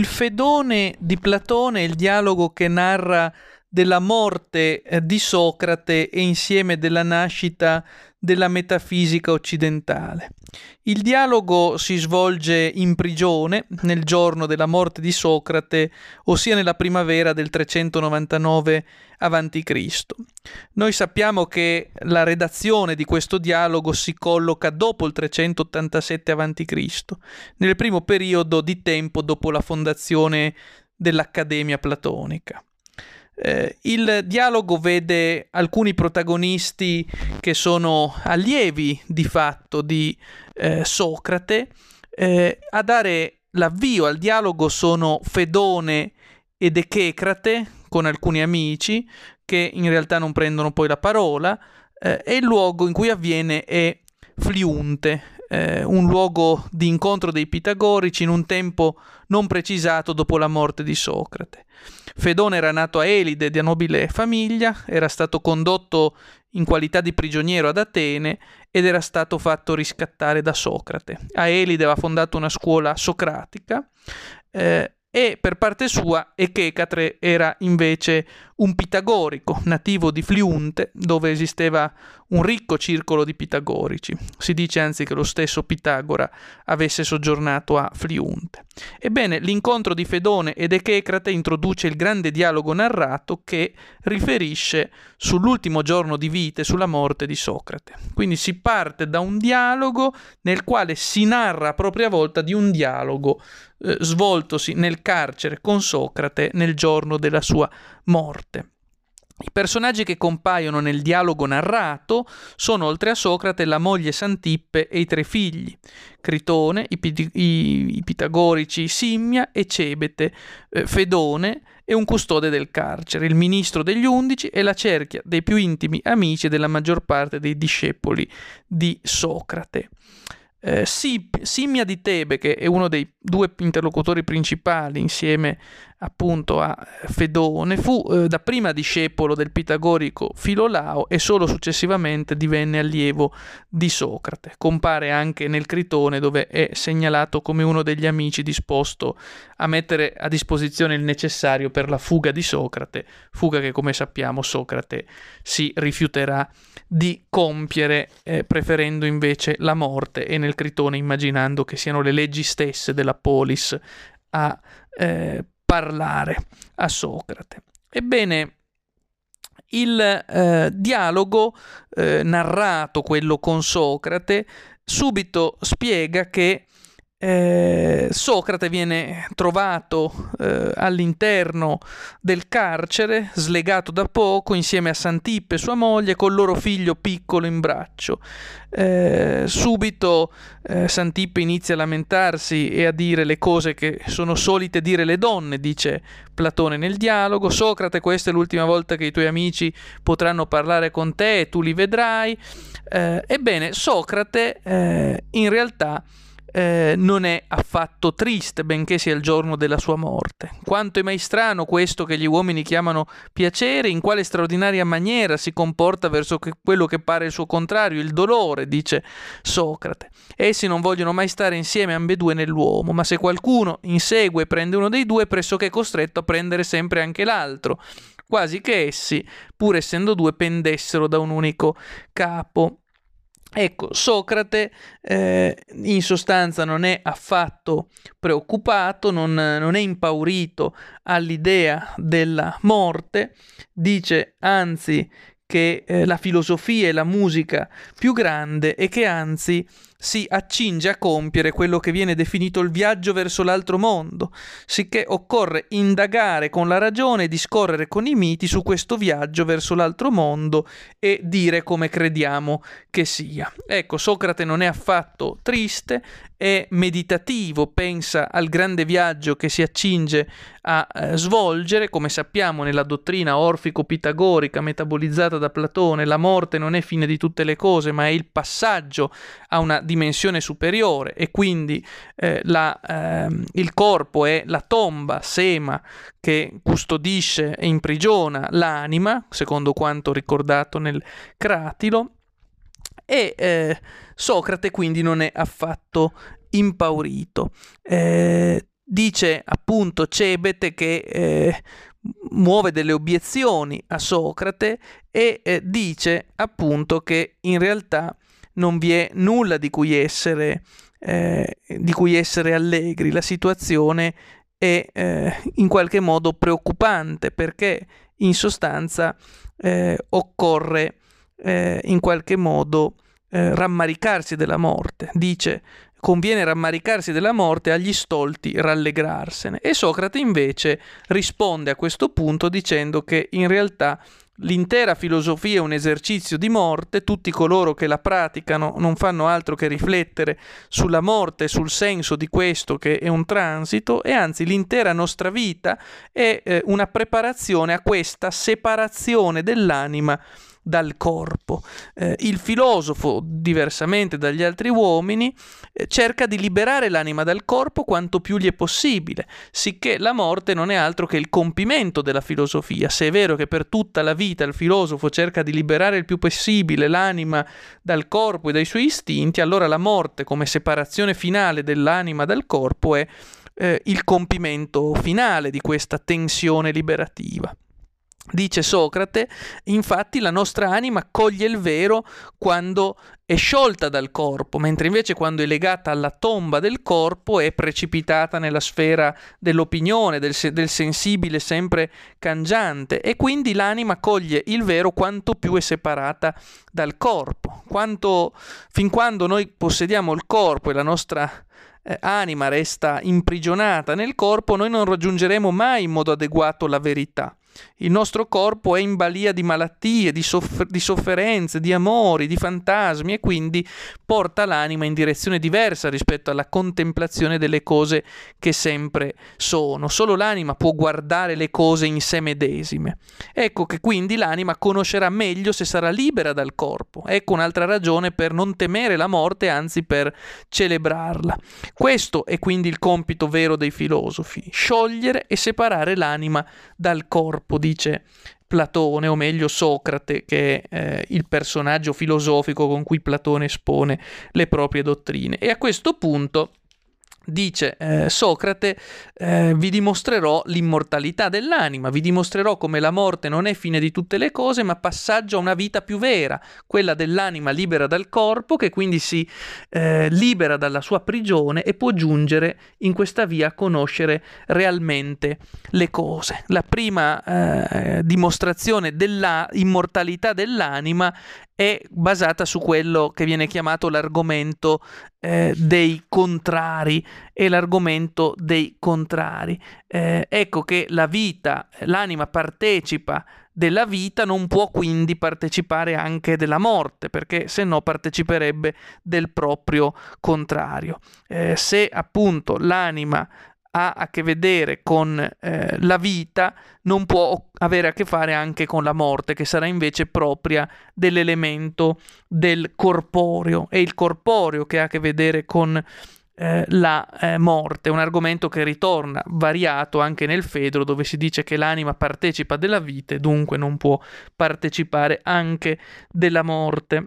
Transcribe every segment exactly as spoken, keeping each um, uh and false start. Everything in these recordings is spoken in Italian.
il Fedone di Platone è il dialogo che narra della morte eh, di Socrate e insieme della nascita della metafisica occidentale. Il dialogo si svolge in prigione nel giorno della morte di Socrate, ossia nella primavera del trecentonovantanove avanti Cristo. Noi sappiamo che la redazione di questo dialogo si colloca dopo il trecentottantasette avanti Cristo, nel primo periodo di tempo dopo la fondazione dell'Accademia Platonica. Eh, il dialogo vede alcuni protagonisti che sono allievi di fatto di eh, Socrate. Eh, a dare l'avvio al dialogo sono Fedone ed Echecrate con alcuni amici che in realtà non prendono poi la parola, eh, e il luogo in cui avviene è Fliunte, eh, un luogo di incontro dei pitagorici in un tempo non precisato dopo la morte di Socrate. Fedone era nato a Elide, di nobile famiglia, era stato condotto in qualità di prigioniero ad Atene ed era stato fatto riscattare da Socrate. A Elide aveva fondato una scuola socratica eh, e per parte sua Echecrate era invece un pitagorico, nativo di Fliunte, dove esisteva un ricco circolo di pitagorici. Si dice anzi che lo stesso Pitagora avesse soggiornato a Fliunte. Ebbene, l'incontro di Fedone ed Echecrate introduce il grande dialogo narrato che riferisce sull'ultimo giorno di vita e sulla morte di Socrate. Quindi si parte da un dialogo nel quale si narra a propria volta di un dialogo eh, svoltosi nel carcere con Socrate nel giorno della sua morte. I personaggi che compaiono nel dialogo narrato sono, oltre a Socrate, la moglie Santippe e i tre figli, Critone, i, Pit- i-, i pitagorici Simmia e Cebete, eh, Fedone e un custode del carcere, il ministro degli undici e la cerchia dei più intimi amici della maggior parte dei discepoli di Socrate. Eh, Simmia di Tebe, che è uno dei due interlocutori principali insieme appunto a Fedone, fu eh, dapprima discepolo del pitagorico Filolao e solo successivamente divenne allievo di Socrate. Compare anche nel Critone, dove è segnalato come uno degli amici disposto a mettere a disposizione il necessario per la fuga di Socrate, fuga che, come sappiamo, Socrate si rifiuterà di compiere, eh, preferendo invece la morte, e nel Critone immaginando che siano le leggi stesse della polis a eh, parlare a Socrate. Ebbene, il eh, dialogo eh, narrato, quello con Socrate, subito spiega che Eh, Socrate viene trovato eh, all'interno del carcere, slegato da poco, insieme a Santippe, sua moglie, col loro figlio piccolo in braccio. Eh, subito eh, Santippe inizia a lamentarsi e a dire le cose che sono solite dire le donne, dice Platone nel dialogo. Socrate, questa è l'ultima volta che i tuoi amici potranno parlare con te e tu li vedrai. Eh, ebbene, Socrate eh, in realtà Eh, non è affatto triste, benché sia il giorno della sua morte. Quanto è mai strano questo che gli uomini chiamano piacere, in quale straordinaria maniera si comporta verso che quello che pare il suo contrario, il dolore, dice Socrate. Essi non vogliono mai stare insieme ambedue nell'uomo, ma se qualcuno insegue e prende uno dei due, pressoché è costretto a prendere sempre anche l'altro, quasi che essi, pur essendo due, pendessero da un unico capo. Ecco, Socrate eh, in sostanza non è affatto preoccupato, non, non è impaurito all'idea della morte, dice anzi che eh, la filosofia è la musica più grande e che anzi si accinge a compiere quello che viene definito il viaggio verso l'altro mondo, sicché occorre indagare con la ragione e discorrere con i miti su questo viaggio verso l'altro mondo e dire come crediamo che sia. Ecco, Socrate non è affatto triste, è meditativo, pensa al grande viaggio che si accinge a eh, svolgere. Come sappiamo nella dottrina orfico-pitagorica metabolizzata da Platone, la morte non è fine di tutte le cose, ma è il passaggio a una dimensione superiore, e quindi eh, la, eh, il corpo è la tomba, sema, che custodisce e imprigiona l'anima, secondo quanto ricordato nel Cratilo, e eh, Socrate quindi non è affatto impaurito. Eh, dice appunto Cebete che eh, muove delle obiezioni a Socrate e eh, dice appunto che in realtà non vi è nulla di cui essere, eh, di cui essere allegri. La situazione è eh, in qualche modo preoccupante, perché in sostanza eh, occorre eh, in qualche modo eh, rammaricarsi della morte. Dice: conviene rammaricarsi della morte, agli stolti rallegrarsene. E Socrate invece risponde a questo punto dicendo che in realtà l'intera filosofia è un esercizio di morte, tutti coloro che la praticano non fanno altro che riflettere sulla morte, sul senso di questo che è un transito, e anzi l'intera nostra vita è eh, una preparazione a questa separazione dell'anima dal corpo. Eh, il filosofo, diversamente dagli altri uomini, eh, cerca di liberare l'anima dal corpo quanto più gli è possibile, sicché la morte non è altro che il compimento della filosofia. Se è vero che per tutta la vita il filosofo cerca di liberare il più possibile l'anima dal corpo e dai suoi istinti, allora la morte come separazione finale dell'anima dal corpo è eh, il compimento finale di questa tensione liberativa. Dice Socrate, infatti la nostra anima coglie il vero quando è sciolta dal corpo, mentre invece quando è legata alla tomba del corpo è precipitata nella sfera dell'opinione, del, se- del sensibile sempre cangiante, e quindi l'anima coglie il vero quanto più è separata dal corpo. Quanto, fin quando noi possediamo il corpo e la nostra Eh, anima resta imprigionata nel corpo, noi non raggiungeremo mai in modo adeguato la verità. Il nostro corpo è in balia di malattie, di, soff- di sofferenze, di amori, di fantasmi, e quindi porta l'anima in direzione diversa rispetto alla contemplazione delle cose che sempre sono. Solo l'anima può guardare le cose in sé medesime. Ecco che quindi l'anima conoscerà meglio se sarà libera dal corpo. Ecco un'altra ragione per non temere la morte, anzi per celebrarla. Questo è quindi il compito vero dei filosofi: sciogliere e separare l'anima dal corpo, dice Platone, o meglio Socrate, che è eh, il personaggio filosofico con cui Platone espone le proprie dottrine. E a questo punto dice eh, Socrate, eh, vi dimostrerò l'immortalità dell'anima, vi dimostrerò come la morte non è fine di tutte le cose, ma passaggio a una vita più vera, quella dell'anima libera dal corpo, che quindi si eh, libera dalla sua prigione e può giungere in questa via a conoscere realmente le cose. La prima eh, dimostrazione della immortalità dell'anima è basata su quello che viene chiamato l'argomento eh, dei contrari, e l'argomento dei contrari. Eh, ecco che la vita, l'anima partecipa della vita, non può quindi partecipare anche della morte, perché se no parteciperebbe del proprio contrario. Eh, se appunto l'anima ha a che vedere con eh, la vita, non può avere a che fare anche con la morte, che sarà invece propria dell'elemento del corporeo. È il corporeo che ha a che vedere con eh, la eh, morte, un argomento che ritorna variato anche nel Fedro, dove si dice che l'anima partecipa della vita e dunque non può partecipare anche della morte.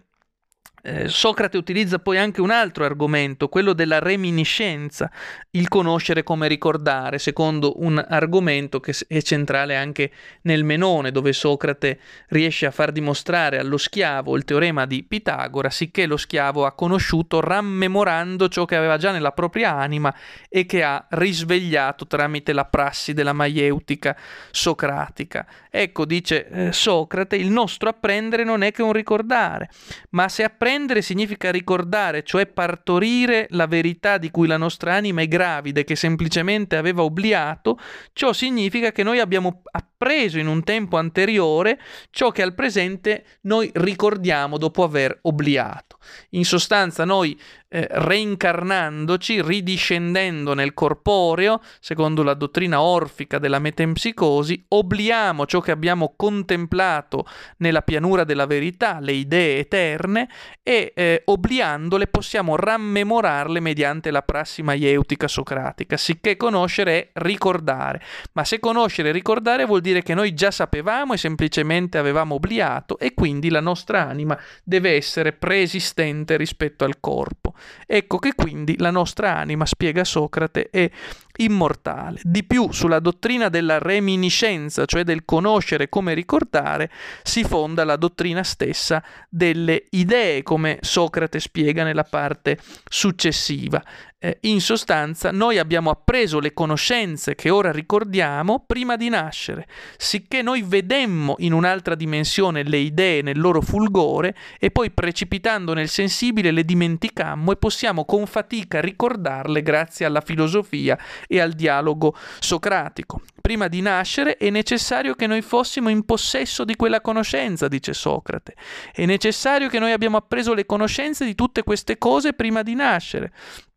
Eh, Socrate utilizza poi anche un altro argomento, quello della reminiscenza, il conoscere come ricordare, secondo un argomento che è centrale anche nel Menone, dove Socrate riesce a far dimostrare allo schiavo il teorema di Pitagora, sicché lo schiavo ha conosciuto rammemorando ciò che aveva già nella propria anima e che ha risvegliato tramite la prassi della maieutica socratica. Ecco, dice eh, Socrate, il nostro apprendere non è che un ricordare, ma se apprendere significa ricordare, cioè partorire la verità di cui la nostra anima è gravida e che semplicemente aveva obliato, ciò significa che noi abbiamo appreso in un tempo anteriore ciò che al presente noi ricordiamo dopo aver obliato. In sostanza noi eh, reincarnandoci, ridiscendendo nel corporeo, secondo la dottrina orfica della metempsicosi, obliamo ciò che abbiamo contemplato nella pianura della verità, le idee eterne, e eh, obliandole possiamo rammemorarle mediante la prassi maieutica socratica, sicché conoscere è ricordare. Ma se conoscere e ricordare vuol dire che noi già sapevamo e semplicemente avevamo obliato, e quindi la nostra anima deve essere preesistente rispetto al corpo. Ecco che quindi la nostra anima, spiega Socrate, è immortale. Di più, sulla dottrina della reminiscenza, cioè del conoscere come ricordare, si fonda la dottrina stessa delle idee, come Socrate spiega nella parte successiva. Eh, in sostanza, noi abbiamo appreso le conoscenze che ora ricordiamo prima di nascere, sicché noi vedemmo in un'altra dimensione le idee nel loro fulgore e poi precipitando nel sensibile le dimenticammo e possiamo con fatica ricordarle grazie alla filosofia e al dialogo socratico. Prima di nascere è necessario che noi fossimo in possesso di quella conoscenza, dice Socrate. È necessario che noi abbiamo appreso le conoscenze di tutte queste cose prima di nascere.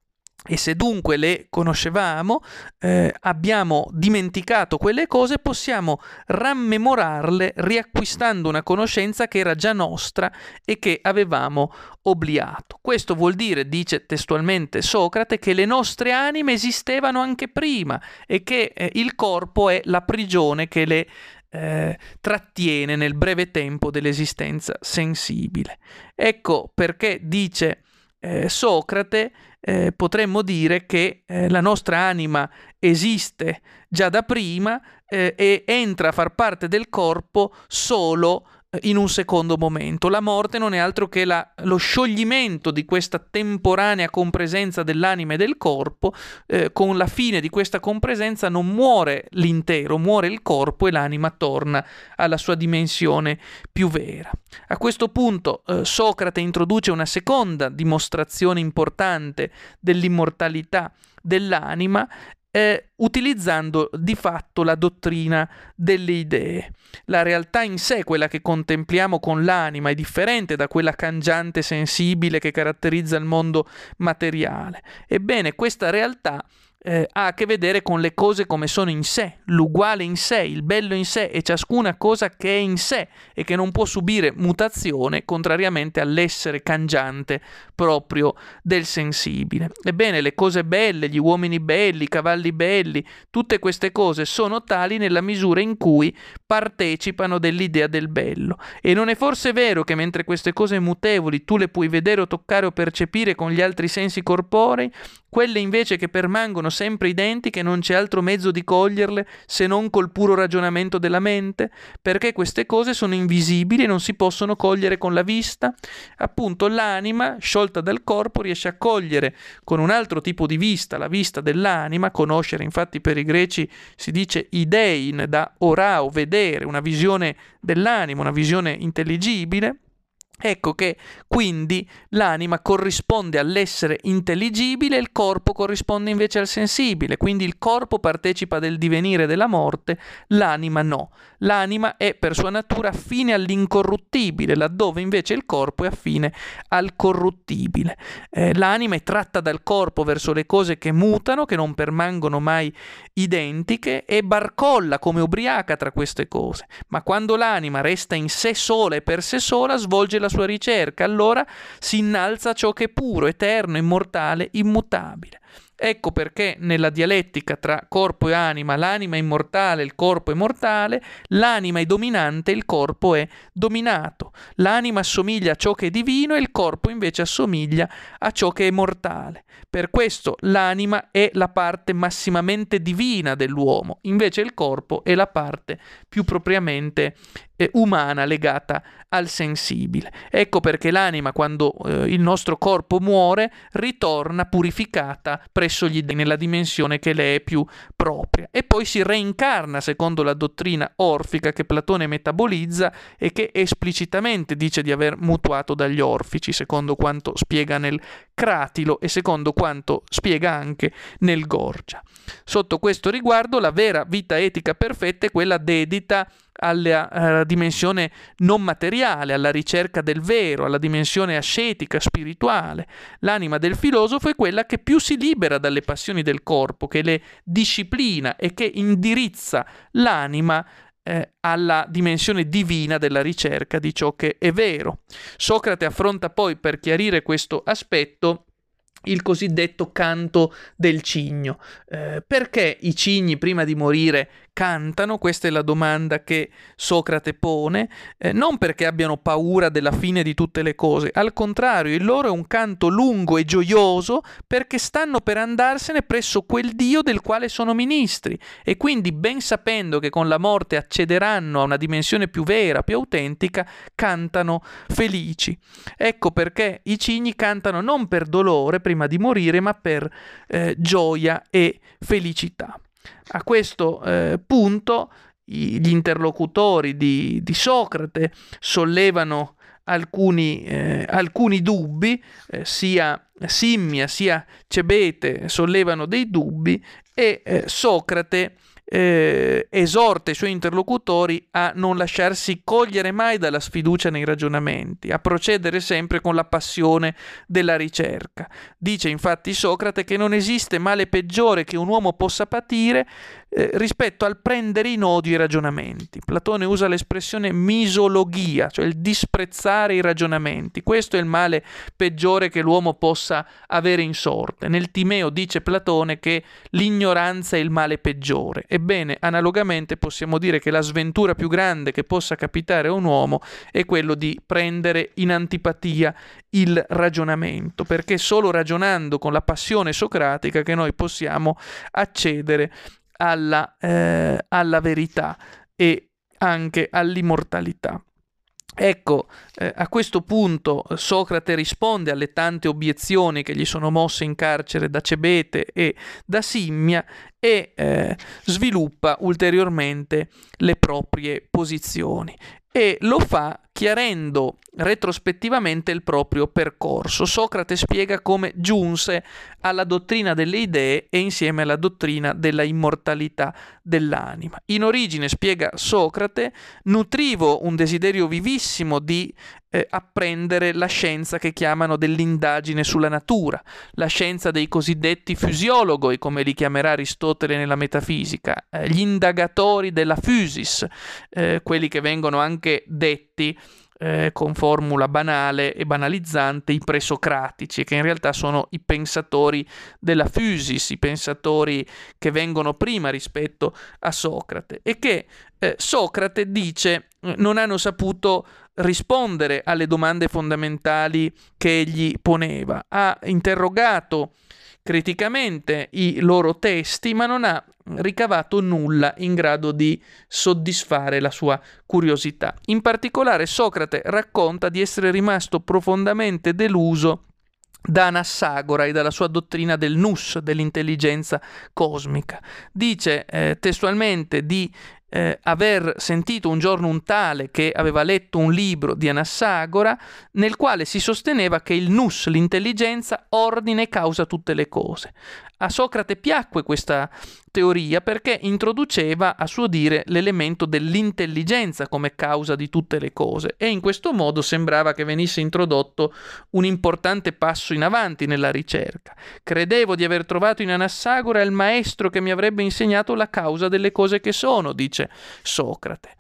E se dunque le conoscevamo, eh, abbiamo dimenticato quelle cose, possiamo rammemorarle riacquistando una conoscenza che era già nostra e che avevamo obliato. Questo vuol dire, dice testualmente Socrate, che le nostre anime esistevano anche prima e che eh, il corpo è la prigione che le eh, trattiene nel breve tempo dell'esistenza sensibile. Ecco perché dice eh, Socrate, Eh, potremmo dire che eh, la nostra anima esiste già da prima eh, e entra a far parte del corpo solo eh, in un secondo momento. La morte non è altro che la, lo scioglimento di questa temporanea compresenza dell'anima e del corpo. Eh, con la fine di questa compresenza non muore l'intero, muore il corpo e l'anima torna alla sua dimensione più vera. A questo punto eh, Socrate introduce una seconda dimostrazione importante dell'immortalità dell'anima, eh, utilizzando di fatto la dottrina delle idee. La realtà in sé, quella che contempliamo con l'anima, è differente da quella cangiante sensibile che caratterizza il mondo materiale. Ebbene, questa realtà Eh, ha a che vedere con le cose come sono in sé, l'uguale in sé, il bello in sé e ciascuna cosa che è in sé e che non può subire mutazione, contrariamente all'essere cangiante proprio del sensibile. Ebbene, le cose belle, gli uomini belli, i cavalli belli, tutte queste cose sono tali nella misura in cui partecipano dell'idea del bello. E non è forse vero che mentre queste cose mutevoli tu le puoi vedere o toccare o percepire con gli altri sensi corporei, quelle invece che permangono sempre identiche non c'è altro mezzo di coglierle se non col puro ragionamento della mente, perché queste cose sono invisibili e non si possono cogliere con la vista. Appunto, l'anima, sciolta dal corpo, riesce a cogliere con un altro tipo di vista, la vista dell'anima. Conoscere, infatti, per i greci si dice idein, da orao, vedere, una visione dell'anima, una visione intelligibile. Ecco che quindi l'anima corrisponde all'essere intelligibile e il corpo corrisponde invece al sensibile, quindi il corpo partecipa del divenire della morte, l'anima no. L'anima è per sua natura affine all'incorruttibile, laddove invece il corpo è affine al corruttibile. Eh, l'anima è tratta dal corpo verso le cose che mutano, che non permangono mai identiche, e barcolla come ubriaca tra queste cose. Ma quando l'anima resta in sé sola e per sé sola, svolge la sua ricerca, allora si innalza ciò che è puro, eterno, immortale, immutabile. Ecco perché nella dialettica tra corpo e anima l'anima è immortale, il corpo è mortale, l'anima è dominante, il corpo è dominato. L'anima assomiglia a ciò che è divino e il corpo invece assomiglia a ciò che è mortale. Per questo l'anima è la parte massimamente divina dell'uomo, invece il corpo è la parte più propriamente eh, umana, legata al sensibile. Ecco perché l'anima, quando eh, il nostro corpo muore, ritorna purificata presso gli dei nella dimensione che le è più propria e poi si reincarna secondo la dottrina orfica che Platone metabolizza e che esplicitamente dice di aver mutuato dagli orfici, secondo quanto spiega nel Cratilo e secondo quanto spiega anche nel Gorgia. Sotto questo riguardo, la vera vita etica perfetta è quella dedita alla uh, dimensione non materiale, alla ricerca del vero, alla dimensione ascetica, spirituale. L'anima del filosofo è quella che più si libera dalle passioni del corpo, che le disciplina e che indirizza l'anima eh, alla dimensione divina della ricerca di ciò che è vero. Socrate affronta poi, per chiarire questo aspetto, il cosiddetto canto del cigno. Eh, perché i cigni prima di morire cantano? Questa è la domanda che Socrate pone, eh, non perché abbiano paura della fine di tutte le cose, al contrario, il loro è un canto lungo e gioioso perché stanno per andarsene presso quel Dio del quale sono ministri e quindi, ben sapendo che con la morte accederanno a una dimensione più vera, più autentica, cantano felici. Ecco perché i cigni cantano non per dolore prima di morire, ma per eh, gioia e felicità. A questo eh, punto i, gli interlocutori di, di Socrate sollevano alcuni, eh, alcuni dubbi, eh, sia Simmia sia Cebete sollevano dei dubbi e eh, Socrate Eh, esorta i suoi interlocutori a non lasciarsi cogliere mai dalla sfiducia nei ragionamenti, a procedere sempre con la passione della ricerca. Dice infatti Socrate che non esiste male peggiore che un uomo possa patire eh, rispetto al prendere in odio i ragionamenti. Platone usa l'espressione misologia, cioè il disprezzare i ragionamenti. Questo è il male peggiore che l'uomo possa avere in sorte. Nel Timeo dice Platone che l'ignoranza è il male peggiore. Ebbene, analogamente possiamo dire che la sventura più grande che possa capitare a un uomo è quello di prendere in antipatia il ragionamento, perché è solo ragionando con la passione socratica che noi possiamo accedere alla, eh, alla verità e anche all'immortalità. Ecco, eh, a questo punto Socrate risponde alle tante obiezioni che gli sono mosse in carcere da Cebete e da Simmia e eh, sviluppa ulteriormente le proprie posizioni e lo fa chiarendo retrospettivamente il proprio percorso. Socrate spiega come giunse alla dottrina delle idee e insieme alla dottrina della immortalità dell'anima. In origine, spiega Socrate, nutrivo un desiderio vivissimo di eh, apprendere la scienza che chiamano dell'indagine sulla natura, la scienza dei cosiddetti fisiologoi, come li chiamerà Aristotele nella metafisica, eh, gli indagatori della physis, eh, quelli che vengono anche detti Eh, con formula banale e banalizzante i presocratici, che in realtà sono i pensatori della physis, i pensatori che vengono prima rispetto a Socrate e che eh, Socrate dice non hanno saputo rispondere alle domande fondamentali che egli poneva. Ha interrogato criticamente i loro testi, ma non ha ricavato nulla in grado di soddisfare la sua curiosità. In particolare Socrate racconta di essere rimasto profondamente deluso da Anassagora e dalla sua dottrina del nous, dell'intelligenza cosmica. Dice eh, testualmente di eh, aver sentito un giorno un tale che aveva letto un libro di Anassagora nel quale si sosteneva che il nous, l'intelligenza, ordina e causa tutte le cose. A Socrate piacque questa teoria perché introduceva, a suo dire, l'elemento dell'intelligenza come causa di tutte le cose e in questo modo sembrava che venisse introdotto un importante passo in avanti nella ricerca. Credevo di aver trovato in Anassagora il maestro che mi avrebbe insegnato la causa delle cose che sono, dice Socrate.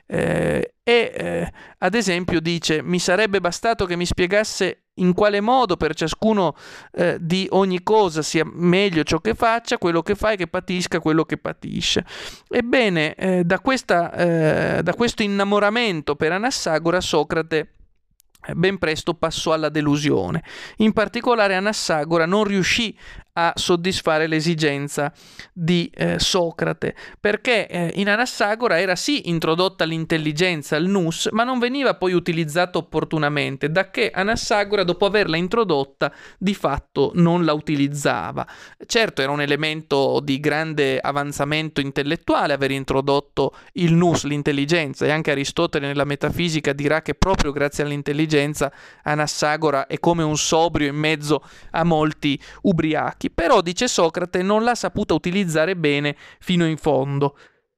Eh, e eh, ad esempio dice mi sarebbe bastato che mi spiegasse in quale modo per ciascuno eh, di ogni cosa sia meglio ciò che faccia, quello che fa e che patisca quello che patisce. Ebbene, eh, da, questa, eh, da questo innamoramento per Anassagora Socrate ben presto passò alla delusione. In particolare Anassagora non riuscì a soddisfare l'esigenza di eh, Socrate, perché eh, in Anassagora era sì introdotta l'intelligenza, il nous, ma non veniva poi utilizzata opportunamente, da che Anassagora, dopo averla introdotta, di fatto non la utilizzava. Certo, era un elemento di grande avanzamento intellettuale aver introdotto il nous, l'intelligenza, e anche Aristotele nella metafisica dirà che proprio grazie all'intelligenza Anassagora è come un sobrio in mezzo a molti ubriachi. Però, dice Socrate, non l'ha saputa utilizzare bene fino in fondo.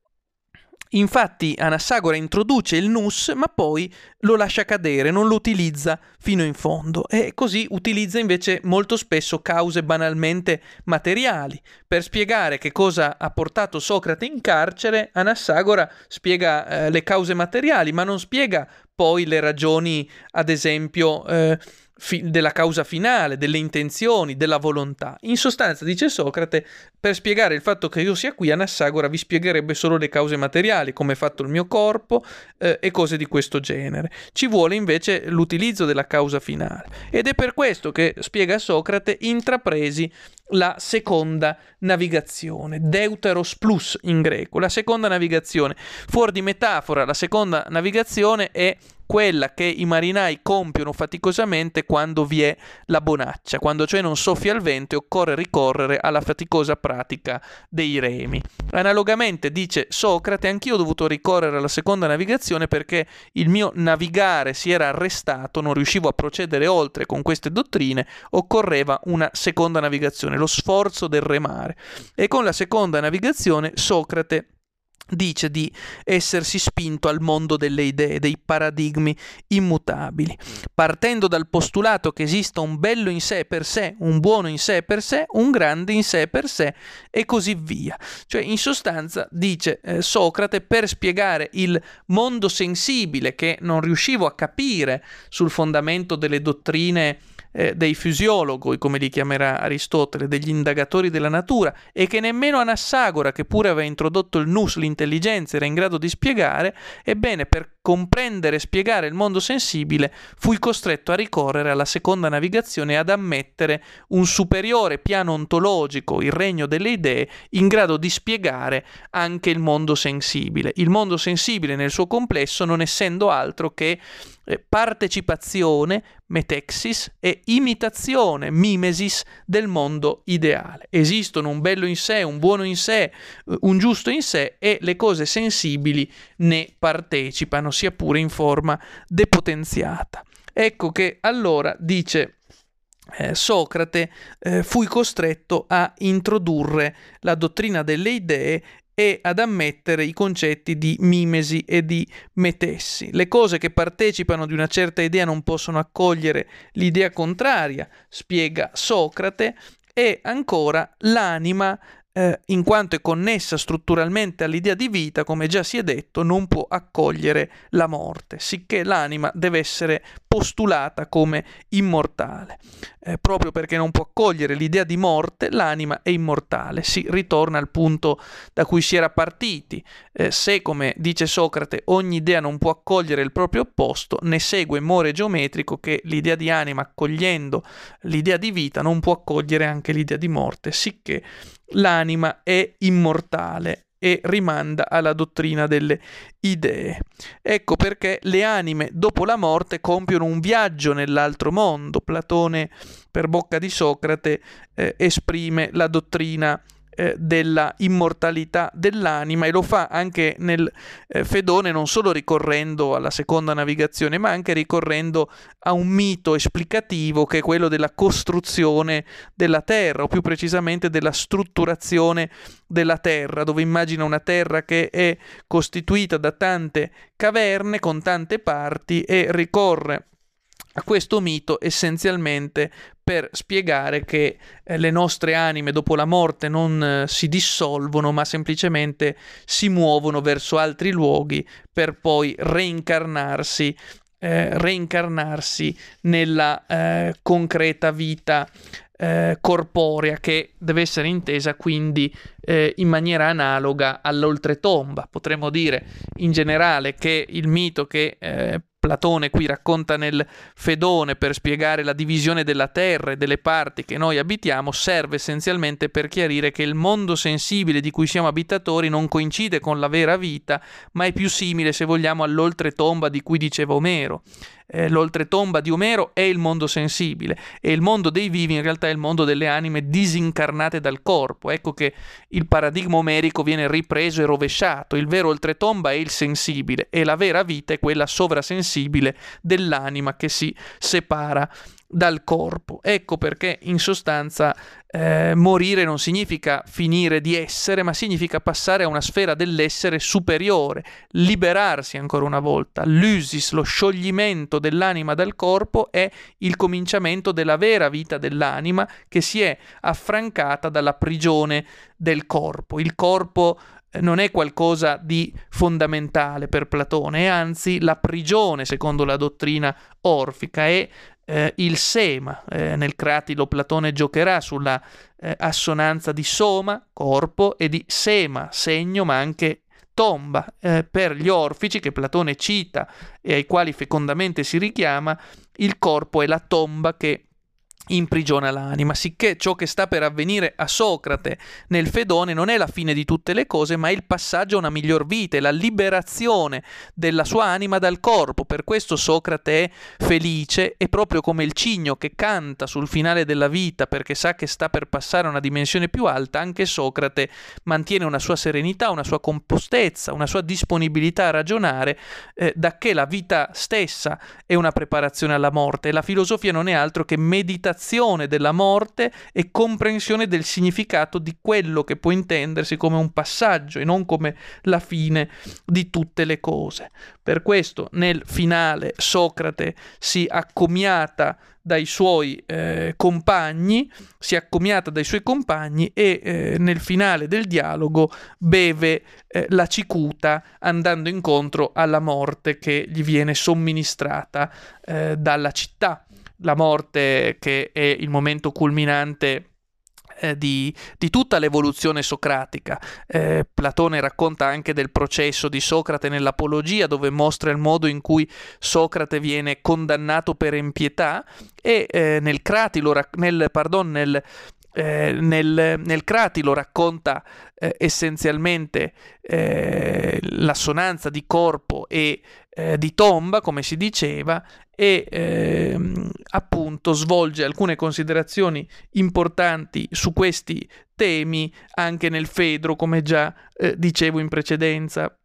Infatti Anassagora introduce il nous, ma poi lo lascia cadere, non lo utilizza fino in fondo e così utilizza invece molto spesso cause banalmente materiali. Per spiegare che cosa ha portato Socrate in carcere, Anassagora spiega eh, le cause materiali, ma non spiega poi le ragioni, ad esempio, eh, fi- della causa finale, delle intenzioni, della volontà. In sostanza, dice Socrate, per spiegare il fatto che io sia qui, Anassagora vi spiegherebbe solo le cause materiali, come è fatto il mio corpo eh, e cose di questo genere. Ci vuole invece l'utilizzo della causa finale. Ed è per questo che, spiega Socrate, intrapresi la seconda navigazione, deuteros plus in greco, la seconda navigazione. Fuori di metafora, la seconda navigazione è quella che i marinai compiono faticosamente quando vi è la bonaccia, quando cioè non soffia il vento e occorre ricorrere alla faticosa pratica dei remi. Analogamente, dice Socrate, anch'io ho dovuto ricorrere alla seconda navigazione perché il mio navigare si era arrestato, non riuscivo a procedere oltre con queste dottrine, occorreva una seconda navigazione, lo sforzo del remare. E con la seconda navigazione Socrate dice di essersi spinto al mondo delle idee, dei paradigmi immutabili, partendo dal postulato che esista un bello in sé per sé, un buono in sé per sé, un grande in sé per sé e così via. Cioè, in sostanza, dice eh, Socrate, per spiegare il mondo sensibile che non riuscivo a capire sul fondamento delle dottrine Eh, dei fisiologhi, come li chiamerà Aristotele, degli indagatori della natura, e che nemmeno Anassagora, che pure aveva introdotto il nous, l'intelligenza, era in grado di spiegare, ebbene, per comprendere e spiegare il mondo sensibile fui costretto a ricorrere alla seconda navigazione e ad ammettere un superiore piano ontologico, il regno delle idee, in grado di spiegare anche il mondo sensibile. Il mondo sensibile nel suo complesso non essendo altro che partecipazione, metexis, e imitazione, mimesis del mondo ideale. Esistono un bello in sé, un buono in sé, un giusto in sé e le cose sensibili ne partecipano, sia pure in forma depotenziata. Ecco che allora, dice eh, Socrate, eh, fui costretto a introdurre la dottrina delle idee e ad ammettere i concetti di mimesi e di metessi. Le cose che partecipano di una certa idea non possono accogliere l'idea contraria, spiega Socrate, e ancora l'anima, eh, in quanto è connessa strutturalmente all'idea di vita, come già si è detto, non può accogliere la morte, sicché l'anima deve essere postulata come immortale. Eh, proprio perché non può accogliere l'idea di morte, l'anima è immortale. Si ritorna al punto da cui si era partiti. Eh, se, come dice Socrate, ogni idea non può accogliere il proprio opposto, ne segue more geometrico che l'idea di anima, accogliendo l'idea di vita, non può accogliere anche l'idea di morte, sicché l'anima è immortale e rimanda alla dottrina delle idee. Ecco perché le anime dopo la morte compiono un viaggio nell'altro mondo. Platone, per bocca di Socrate, eh, esprime la dottrina eh, della immortalità dell'anima e lo fa anche nel eh, Fedone, non solo ricorrendo alla seconda navigazione, ma anche ricorrendo a un mito esplicativo che è quello della costruzione della terra, o più precisamente della strutturazione della terra, dove immagina una terra che è costituita da tante caverne con tante parti e ricorre a questo mito essenzialmente per spiegare che eh, le nostre anime dopo la morte non eh, si dissolvono, ma semplicemente si muovono verso altri luoghi per poi reincarnarsi eh, reincarnarsi nella eh, concreta vita eh, corporea, che deve essere intesa quindi eh, in maniera analoga all'oltretomba. Potremmo dire in generale che il mito che eh, Platone qui racconta nel Fedone per spiegare la divisione della terra e delle parti che noi abitiamo serve essenzialmente per chiarire che il mondo sensibile di cui siamo abitatori non coincide con la vera vita, ma è più simile, se vogliamo, all'oltretomba di cui diceva Omero. Eh, l'oltretomba di Omero è il mondo sensibile e il mondo dei vivi in realtà è il mondo delle anime disincarnate dal corpo. Ecco che il paradigma omerico viene ripreso e rovesciato. Il vero oltretomba è il sensibile e la vera vita è quella sovrasensibile dell'anima che si separa dal corpo. Ecco perché in sostanza eh, morire non significa finire di essere, ma significa passare a una sfera dell'essere superiore, liberarsi ancora una volta. L'usis, lo scioglimento dell'anima dal corpo, è il cominciamento della vera vita dell'anima che si è affrancata dalla prigione del corpo. Il corpo non è qualcosa di fondamentale per Platone, è anzi la prigione, secondo la dottrina orfica, è eh, il sema. Eh, nel Cratilo Platone giocherà sulla eh, assonanza di soma, corpo, e di sema, segno, ma anche tomba. Eh, per gli orfici che Platone cita e ai quali fecondamente si richiama, il corpo è la tomba che imprigiona l'anima, sicché ciò che sta per avvenire a Socrate nel Fedone non è la fine di tutte le cose, ma è il passaggio a una miglior vita, è la liberazione della sua anima dal corpo. Per questo Socrate è felice, e proprio come il cigno che canta sul finale della vita perché sa che sta per passare a una dimensione più alta, anche Socrate mantiene una sua serenità, una sua compostezza, una sua disponibilità a ragionare, eh, dacché la vita stessa è una preparazione alla morte, e la filosofia non è altro che meditazione della morte e comprensione del significato di quello che può intendersi come un passaggio e non come la fine di tutte le cose. Per questo nel finale Socrate si accomiata dai suoi eh, compagni, si accomiata dai suoi compagni e eh, nel finale del dialogo beve eh, la cicuta, andando incontro alla morte che gli viene somministrata eh, dalla città. La morte che è il momento culminante eh, di, di tutta l'evoluzione socratica. Eh, Platone racconta anche del processo di Socrate nell'Apologia, dove mostra il modo in cui Socrate viene condannato per impietà, e eh, nel Cratilo, nel, pardon, nel Eh, nel, nel Cratilo racconta eh, essenzialmente eh, l'assonanza di corpo e eh, di tomba, come si diceva, e eh, appunto svolge alcune considerazioni importanti su questi temi anche nel Fedro, come già eh, dicevo in precedenza.